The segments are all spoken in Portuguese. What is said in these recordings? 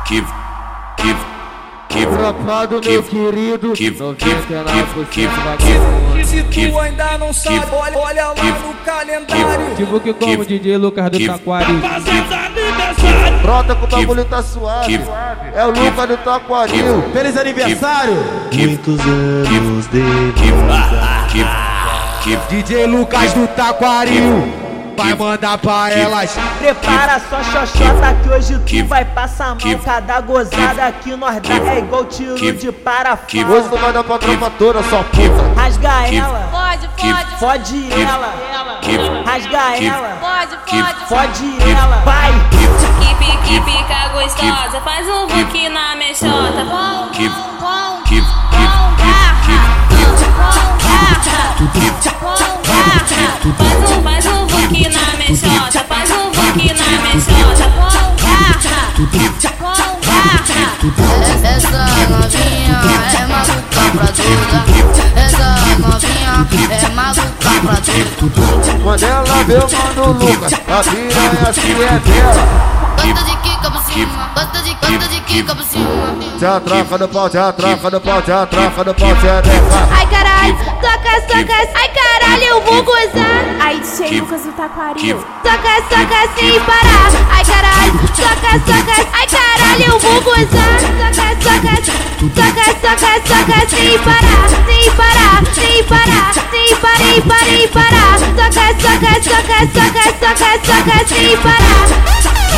Rapado, meu querido, 99% Se tu ainda não sabe, olha lá no calendário. Tipo que como DJ Lucas do Taquari. Brota com o bagulho tá suave. É o Lucas do Taquaril. Feliz aniversário! Muitos anos de DJ Lucas do Taquaril vai mandar pra elas. Prepara sua xoxota que hoje tu vai passar mal. Cada gozada que nós dá é igual tiro de parafuso. Hoje tu vai dar pra tropa toda, sua puta. Rasga ela, Fode fode ela. Rasga ela, fode. fode ela. Vai! Que pica gostosa, faz um book na mexota. Faz um book na mexota, faz um book na mexota. Essa novinha é maluca pra tudo. Essa novinha é maluca pra tudo. Quando ela vê o mano Lucas, a piranha assim é dela. Gosta de quica por cima, gosta de quica por cima. Já troca do pau, já troca do pau, já troca do pau, xereca. Ai caralho, toca, ai caralho, eu vou gozar. Ai, DJ Lucas do Taquaril. Toca sem parar. Ai caralho, toca, ai caralho, eu vou gozar. Toca sem parar, sem parar. Toca sem parar.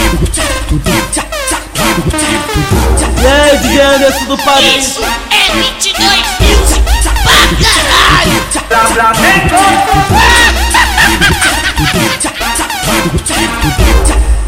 E aí, DJ Anderson do Padrinho? Isso é 22 Music pra caralho.